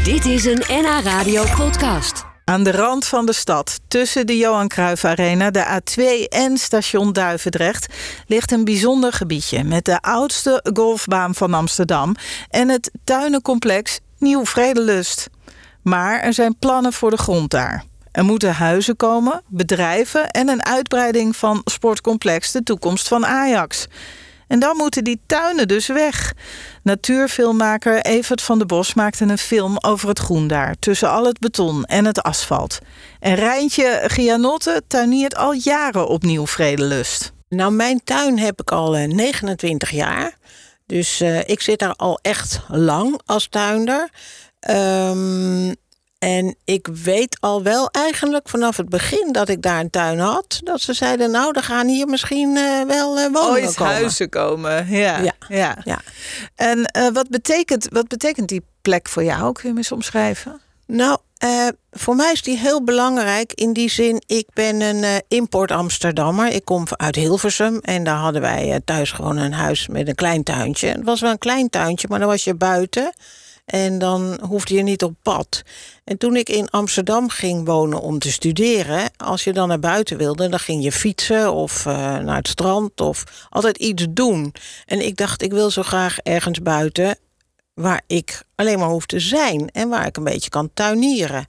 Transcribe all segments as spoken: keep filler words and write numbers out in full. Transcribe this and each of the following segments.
Dit is een N H Radio podcast. Aan de rand van de stad, tussen de Johan Cruijff Arena, de A twee en station Duivendrecht, ligt een bijzonder gebiedje met de oudste golfbaan van Amsterdam en het tuinencomplex Nieuw Vredelust. Maar er zijn plannen voor de grond daar. Er moeten huizen komen, bedrijven en een uitbreiding van sportcomplex De Toekomst van Ajax. En dan moeten die tuinen dus weg. Natuurfilmmaker Evert van der Bos maakte een film over het groen daar, tussen al het beton en het asfalt. En Rijntje Gianotte tuiniert al jaren op Nieuw Vredelust. Nou, mijn tuin heb ik al uh, negenentwintig jaar. Dus uh, ik zit daar al echt lang als tuinder. Um, en ik weet al wel eigenlijk vanaf het begin dat ik daar een tuin had, dat ze zeiden, nou, er gaan hier misschien uh, wel uh, woningen Ooit komen. huizen komen, ja. Ja, ja. ja. En uh, wat, betekent, wat betekent die plek voor jou? Kun je me eens omschrijven? Nou, uh, voor mij is die heel belangrijk. In die zin, ik ben een uh, import-Amsterdammer. Ik kom uit Hilversum en daar hadden wij uh, thuis gewoon een huis met een klein tuintje. Het was wel een klein tuintje, maar dan was je buiten. En dan hoefde je niet op pad. En toen ik in Amsterdam ging wonen om te studeren, als je dan naar buiten wilde, dan ging je fietsen of uh, naar het strand of altijd iets doen. En ik dacht, ik wil zo graag ergens buiten waar ik alleen maar hoef te zijn en waar ik een beetje kan tuinieren.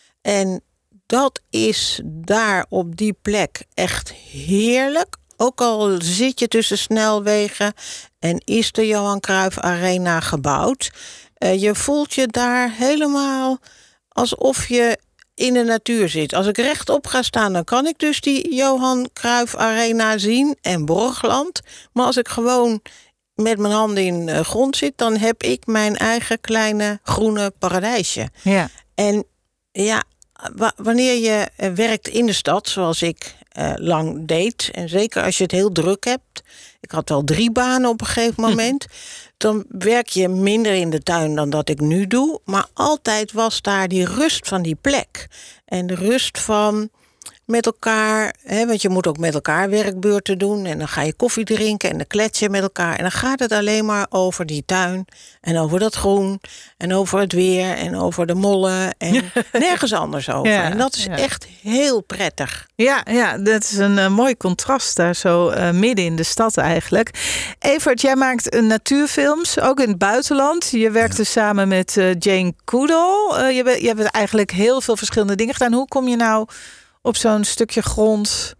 En dat is daar op die plek echt heerlijk. Ook al zit je tussen snelwegen en is de Johan Cruijff Arena gebouwd, Uh, je voelt je daar helemaal alsof je in de natuur zit. Als ik rechtop ga staan, dan kan ik dus die Johan Cruijff Arena zien en Borgland. Maar als ik gewoon met mijn handen in de grond zit, dan heb ik mijn eigen kleine groene paradijsje. Ja. En ja, w- wanneer je werkt in de stad, zoals ik uh, lang deed, en zeker als je het heel druk hebt, ik had al drie banen op een gegeven moment, dan werk je minder in de tuin dan dat ik nu doe. Maar altijd was daar die rust van die plek. En de rust van met elkaar, hè, want je moet ook met elkaar werkbeurten doen. En dan ga je koffie drinken en dan klets je met elkaar. En dan gaat het alleen maar over die tuin en over dat groen en over het weer en over de mollen en nergens anders over. Ja, en dat is ja. echt heel prettig. Ja, ja, dat is een uh, mooi contrast daar zo uh, midden in de stad eigenlijk. Evert, jij maakt uh, natuurfilms, ook in het buitenland. Je werkte ja. samen met uh, Jane Goodall. Uh, je, be- je hebt eigenlijk heel veel verschillende dingen gedaan. Hoe kom je nou op zo'n stukje grond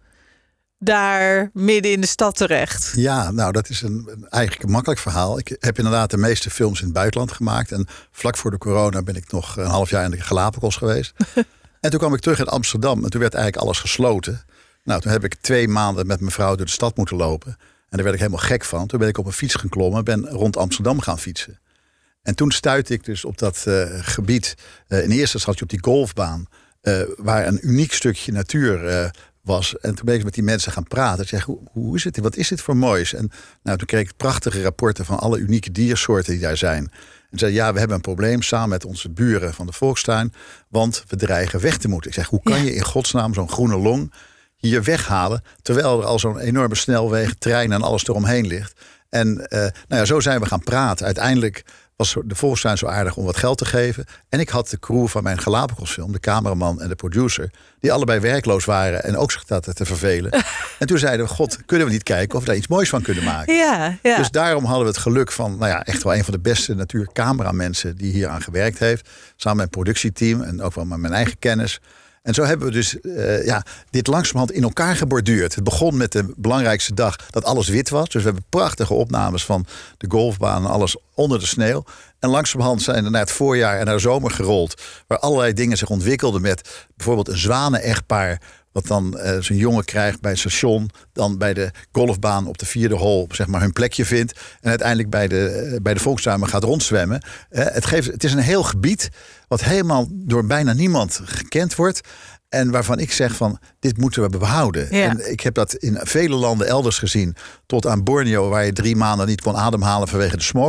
daar midden in de stad terecht? Ja, nou, dat is een, een, eigenlijk een makkelijk verhaal. Ik heb inderdaad de meeste films in het buitenland gemaakt. En vlak voor de corona ben ik nog een half jaar in de Galapagos geweest. En toen kwam ik terug in Amsterdam en toen werd eigenlijk alles gesloten. Nou, toen heb ik twee maanden met mijn vrouw door de stad moeten lopen. En daar werd ik helemaal gek van. Toen ben ik op een fiets geklommen en ben rond Amsterdam gaan fietsen. En toen stuitte ik dus op dat uh, gebied. Uh, in eerste instantie op die golfbaan, Uh, waar een uniek stukje natuur uh, was. En toen ben ik met die mensen gaan praten. Ik zeg, hoe, hoe is het? Wat is dit voor moois? En nou, toen kreeg ik prachtige rapporten van alle unieke diersoorten die daar zijn. En zei, ja, we hebben een probleem samen met onze buren van de Volkstuin, want we dreigen weg te moeten. Ik zeg, hoe kan ja. je in godsnaam zo'n groene long hier weghalen, terwijl er al zo'n enorme snelweg, trein en alles eromheen ligt? En uh, nou ja, zo zijn we gaan praten. Uiteindelijk was de Volkstuin zo aardig om wat geld te geven. En ik had de crew van mijn Galapagosfilm, de cameraman en de producer, die allebei werkloos waren en ook zich zaten te vervelen. En toen zeiden we, god, kunnen we niet kijken of we daar iets moois van kunnen maken? Ja, ja. Dus daarom hadden we het geluk van, nou ja, echt wel een van de beste natuurcameramensen die hier aan gewerkt heeft. Samen met mijn productieteam en ook wel met mijn eigen kennis. En zo hebben we dus uh, ja, dit langzamerhand in elkaar geborduurd. Het begon met de belangrijkste dag dat alles wit was. Dus we hebben prachtige opnames van de golfbaan en alles onder de sneeuw. En langzamerhand zijn er naar het voorjaar en naar de zomer gerold, waar allerlei dingen zich ontwikkelden met bijvoorbeeld een zwanen-echtpaar, wat dan uh, zijn jongen krijgt bij het station, dan bij de golfbaan op de vierde hole zeg maar hun plekje vindt en uiteindelijk bij de, uh, bij de Volkstuin gaat rondzwemmen. Uh, het, geeft, het is een heel gebied wat helemaal door bijna niemand gekend wordt en waarvan ik zeg van, dit moeten we behouden. Ja. En ik heb dat in vele landen elders gezien, tot aan Borneo, waar je drie maanden niet kon ademhalen vanwege de smog.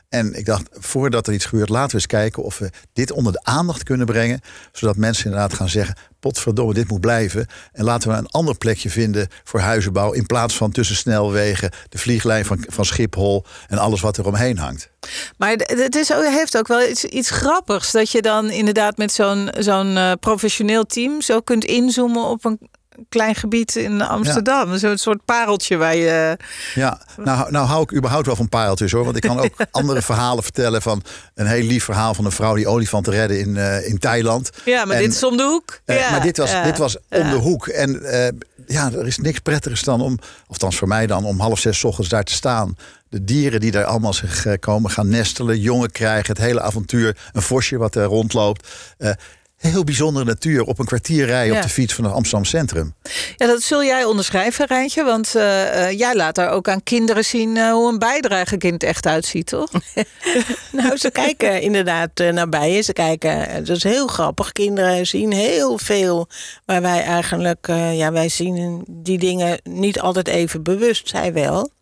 En ik dacht, voordat er iets gebeurt, laten we eens kijken of we dit onder de aandacht kunnen brengen. Zodat mensen inderdaad gaan zeggen, potverdomme, dit moet blijven. En laten we een ander plekje vinden voor huizenbouw. In plaats van tussen snelwegen, de vlieglijn van, van Schiphol en alles wat er omheen hangt. Maar het is, heeft ook wel iets, iets grappigs. Dat je dan inderdaad met zo'n, zo'n uh, professioneel team zo kunt inzoomen op een klein gebied in Amsterdam. Ja. Zo'n soort pareltje waar je... Ja, nou, nou hou ik überhaupt wel van pareltjes hoor. Want ik kan ook andere verhalen vertellen van een heel lief verhaal van een vrouw die olifanten redde in, uh, in Thailand. Ja, maar en, dit is om de hoek. Uh, ja, maar dit was, ja, dit was om ja. de hoek. En uh, ja, er is niks prettigers dan om, althans voor mij dan, om half zes 's ochtends daar te staan. De dieren die daar allemaal zich uh, komen gaan nestelen, jongen krijgen, het hele avontuur. Een vosje wat er rondloopt. Uh, Heel bijzondere natuur op een kwartier rijden ja. op de fiets van het Amsterdam Centrum. Ja, dat zul jij onderschrijven, Rijntje. Want uh, uh, jij laat daar ook aan kinderen zien uh, hoe een bijdragekind echt uitziet, toch? Nou, ze kijken inderdaad uh, naar bijen. Ze kijken, dat is heel grappig. Kinderen zien heel veel waar wij eigenlijk, uh, ja, wij zien die dingen niet altijd even bewust, zij wel.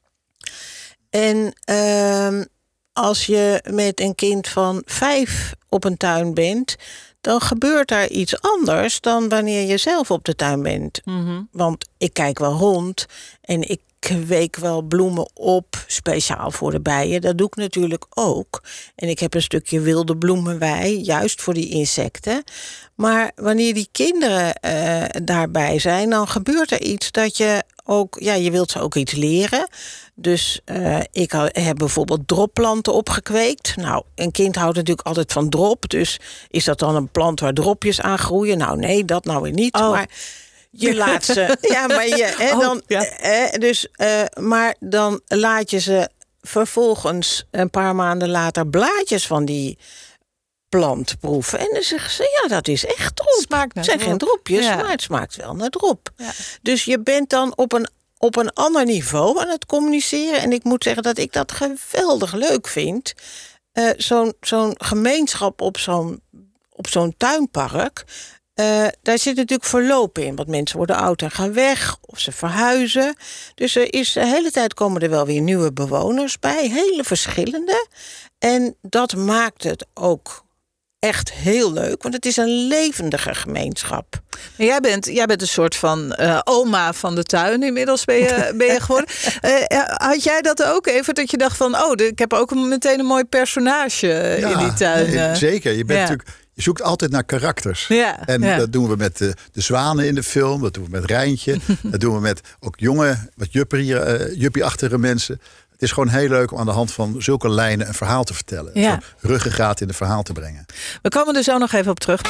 En uh, als je met een kind van vijf op een tuin bent, dan gebeurt daar iets anders dan wanneer je zelf op de tuin bent. Mm-hmm. Want ik kijk wel rond en ik kweek wel bloemen op, speciaal voor de bijen. Dat doe ik natuurlijk ook. En ik heb een stukje wilde bloemenwei, juist voor die insecten. Maar wanneer die kinderen uh, daarbij zijn, dan gebeurt er iets dat je ook, ja, je wilt ze ook iets leren. Dus uh, ik heb bijvoorbeeld dropplanten opgekweekt. Nou, een kind houdt natuurlijk altijd van drop. Dus is dat dan een plant waar dropjes aan groeien? Nou, nee, dat nou weer niet. Oh. Maar je laat ze. Ja, maar je. Hè, oh, dan, ja. hè, dus, uh, maar dan laat je ze vervolgens een paar maanden later blaadjes van die plant proeven. En dan zeggen ze, ja, dat is echt drop. Smaakt het zijn drop. geen dropjes, Ja. maar het smaakt wel naar drop. Ja. Dus je bent dan op een op een ander niveau aan het communiceren. En ik moet zeggen dat ik dat geweldig leuk vind. Uh, zo'n, zo'n gemeenschap op zo'n, op zo'n tuinpark. Uh, daar zit natuurlijk verloop in. Want mensen worden oud en gaan weg. Of ze verhuizen. Dus er is, de hele tijd komen er wel weer nieuwe bewoners bij. Hele verschillende. En dat maakt het ook echt heel leuk, want het is een levendige gemeenschap. Jij bent, jij bent een soort van uh, oma van de tuin inmiddels ben je, ben je geworden. Uh, had jij dat ook even, dat je dacht van, oh, ik heb ook meteen een mooi personage ja, in die tuin. Nee, zeker. Je bent ja. natuurlijk, je zoekt altijd naar karakters. Ja, en ja. dat doen we met de, de zwanen in de film, dat doen we met Rijntje, dat doen we met ook jonge, wat juppie, uh, juppie-achtige mensen. Het is gewoon heel leuk om aan de hand van zulke lijnen een verhaal te vertellen. Ja. Zo'n ruggengraat in het verhaal te brengen. We komen er zo nog even op terug.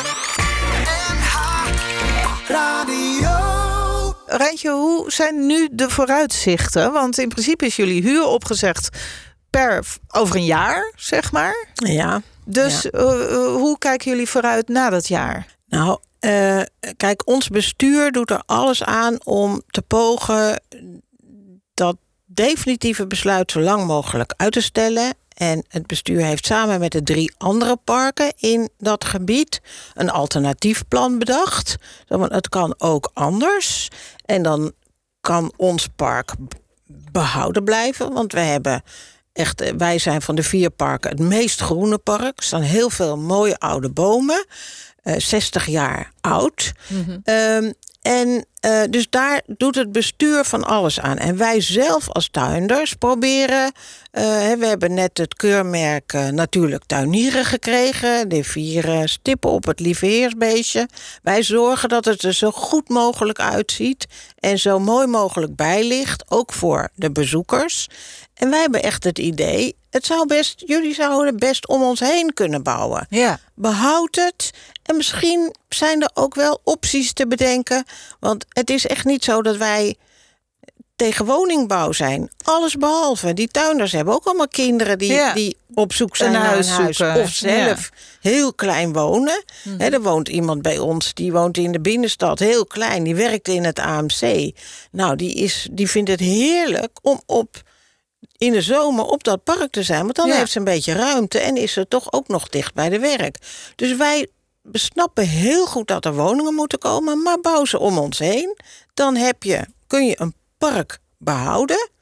Rijntje, hoe zijn nu de vooruitzichten? Want in principe is jullie huur opgezegd per over een jaar, zeg maar. Ja. Dus ja. Uh, hoe kijken jullie vooruit na dat jaar? Nou, uh, kijk, ons bestuur doet er alles aan om te pogen dat definitieve besluit zo lang mogelijk uit te stellen. En het bestuur heeft samen met de drie andere parken in dat gebied een alternatief plan bedacht. Het kan ook anders. En dan kan ons park behouden blijven. Want wij hebben echt, wij zijn van de vier parken het meest groene park. Er staan heel veel mooie oude bomen. Uh, zestig jaar oud. Mm-hmm. Um, En uh, dus daar doet het bestuur van alles aan. En wij zelf als tuinders proberen. Uh, we hebben net het keurmerk uh, Natuurlijk Tuinieren gekregen. De vier uh, stippen op het lieveheersbeestje. Wij zorgen dat het er zo goed mogelijk uitziet. En zo mooi mogelijk bij ligt. Ook voor de bezoekers. En wij hebben echt het idee, het zou best, jullie zouden best om ons heen kunnen bouwen. Ja. Behoud het. En misschien zijn er ook wel opties te bedenken. Want het is echt niet zo dat wij tegen woningbouw zijn. Alles behalve. Die tuinders hebben ook allemaal kinderen die, ja. die op zoek zijn een naar huis een huis. Zoeken. Of zelf ja. heel klein wonen. Mm-hmm. He, er woont iemand bij ons, die woont in de binnenstad, heel klein. Die werkt in het A M C. Nou, die, is, die vindt het heerlijk om op in de zomer op dat park te zijn. Want dan ja. heeft ze een beetje ruimte en is ze toch ook nog dicht bij de werk. Dus wij besnappen heel goed dat er woningen moeten komen, maar bouw ze om ons heen. Dan heb je, kun je een park behouden.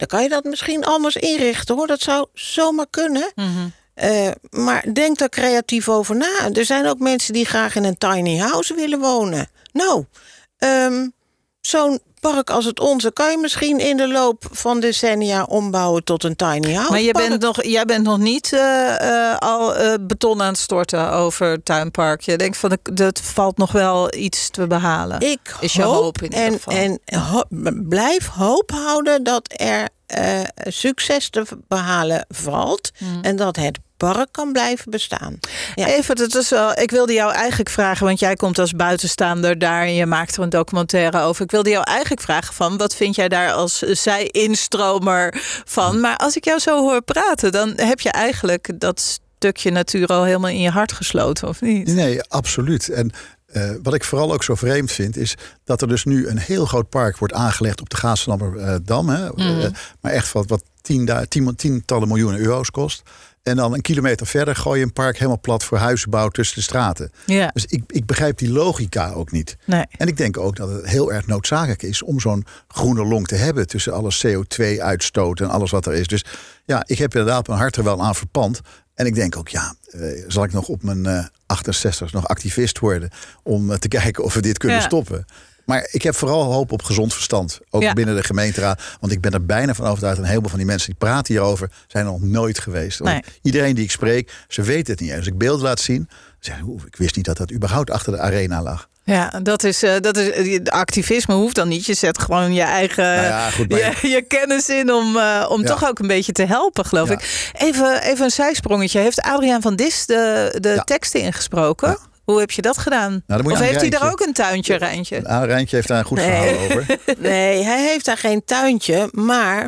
dan kan je dat misschien anders inrichten, hoor. Dat zou zomaar kunnen. Mm-hmm. Uh, maar denk daar creatief over na. Er zijn ook mensen die graag in een tiny house willen wonen. Nou, um, zo'n park als het onze kan je misschien in de loop van decennia ombouwen tot een tiny house. Maar je bent nog, jij bent nog niet uh, uh, al uh, beton aan het storten over het tuinpark. Je denkt van, dat valt nog wel iets te behalen. Ik is je hoop, hoop in ieder en, geval. en ho- blijf hoop houden dat er uh, succes te behalen valt. Hmm. En dat het park kan blijven bestaan. Ja. Even, dat is wel, ik wilde jou eigenlijk vragen, want jij komt als buitenstaander daar en je maakt er een documentaire over. Ik wilde jou eigenlijk vragen van, wat vind jij daar als zij-instromer van? Maar als ik jou zo hoor praten, dan heb je eigenlijk dat stukje natuur al helemaal in je hart gesloten, of niet? Nee, absoluut. En uh, wat ik vooral ook zo vreemd vind, is dat er dus nu een heel groot park wordt aangelegd op de Gaassenommerdam. Hè? Mm. Uh, maar echt wat, wat tien, tien, tientallen miljoenen euro's kost. En dan een kilometer verder gooi je een park helemaal plat voor huizenbouw tussen de straten. Ja. Dus ik, ik begrijp die logica ook niet. Nee. En ik denk ook dat het heel erg noodzakelijk is om zo'n groene long te hebben tussen alle C O twee uitstoot en alles wat er is. Dus ja, ik heb inderdaad mijn hart er wel aan verpand. En ik denk ook, ja, uh, zal ik nog op mijn uh, achtenzestig nog activist worden om uh, te kijken of we dit kunnen ja. stoppen? Maar ik heb vooral hoop op gezond verstand. Ook ja. binnen de gemeenteraad. Want ik ben er bijna van overtuigd. En heel veel van die mensen die praten hierover zijn er nog nooit geweest. Nee. Iedereen die ik spreek, ze weten het niet. Als ik beelden laat zien, zeggen ze, ik wist niet dat dat überhaupt achter de arena lag. Ja, dat is, uh, dat is activisme hoeft dan niet. Je zet gewoon je eigen nou ja, goed, je, je kennis in om, uh, om ja. toch ook een beetje te helpen, geloof ja. ik. Even, even een zijsprongetje. Heeft Adriaan van Dis de, de ja. teksten ingesproken? Ja. Hoe heb je dat gedaan? Nou, of heeft hij daar ook een tuintje, Rijntje? Ja, Rijntje heeft daar een goed nee. verhaal over. Nee, hij heeft daar geen tuintje, maar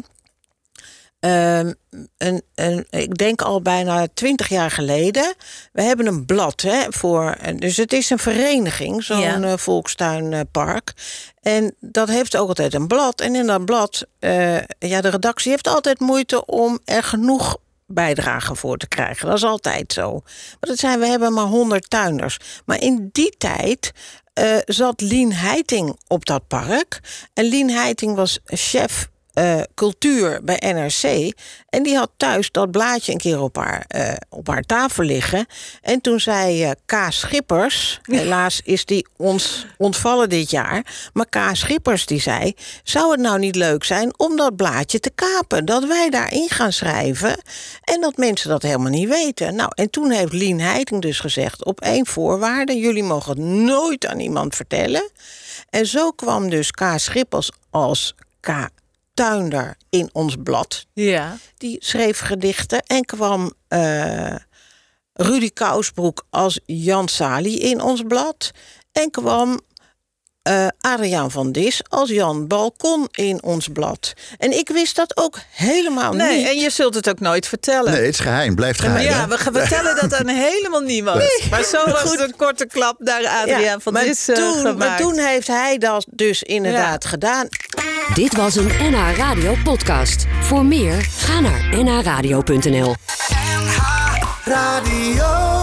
um, een, een, ik denk al bijna twintig jaar geleden. We hebben een blad, hè, voor, dus het is een vereniging, zo'n ja. uh, volkstuinpark. En dat heeft ook altijd een blad. En in dat blad, uh, ja, de redactie heeft altijd moeite om er genoeg bijdragen voor te krijgen. Dat is altijd zo. Want het zijn, we hebben maar honderd tuinders. Maar in die tijd uh, zat Lien Heiting op dat park. En Lien Heiting was chef uh, cultuur bij N R C. En die had thuis dat blaadje een keer op haar, uh, op haar tafel liggen. En toen zei uh, K. Schippers, helaas is die ons ontvallen dit jaar, maar K. Schippers die zei, zou het nou niet leuk zijn om dat blaadje te kapen? Dat wij daarin gaan schrijven en dat mensen dat helemaal niet weten. Nou, en toen heeft Lien Heiting dus gezegd, op één voorwaarde, jullie mogen het nooit aan iemand vertellen. En zo kwam dus K. Schippers als K. Tuinder in ons blad. Ja. Die schreef gedichten en kwam uh, Rudy Kousbroek als Jan Salie in ons blad. En kwam uh, Adriaan van Dis als Jan Balkon in ons blad. En ik wist dat ook helemaal nee, niet. En je zult het ook nooit vertellen. Nee, het is geheim. Blijft geheim. Ja, we gaan vertellen dat aan helemaal niemand. Nee. Maar zo was het een korte klap naar Adriaan ja, van Dis uh, toen, gemaakt. Maar toen heeft hij dat dus inderdaad ja. gedaan. Dit was een N H Radio podcast. Voor meer, ga naar n h radio punt n l. N H Radio.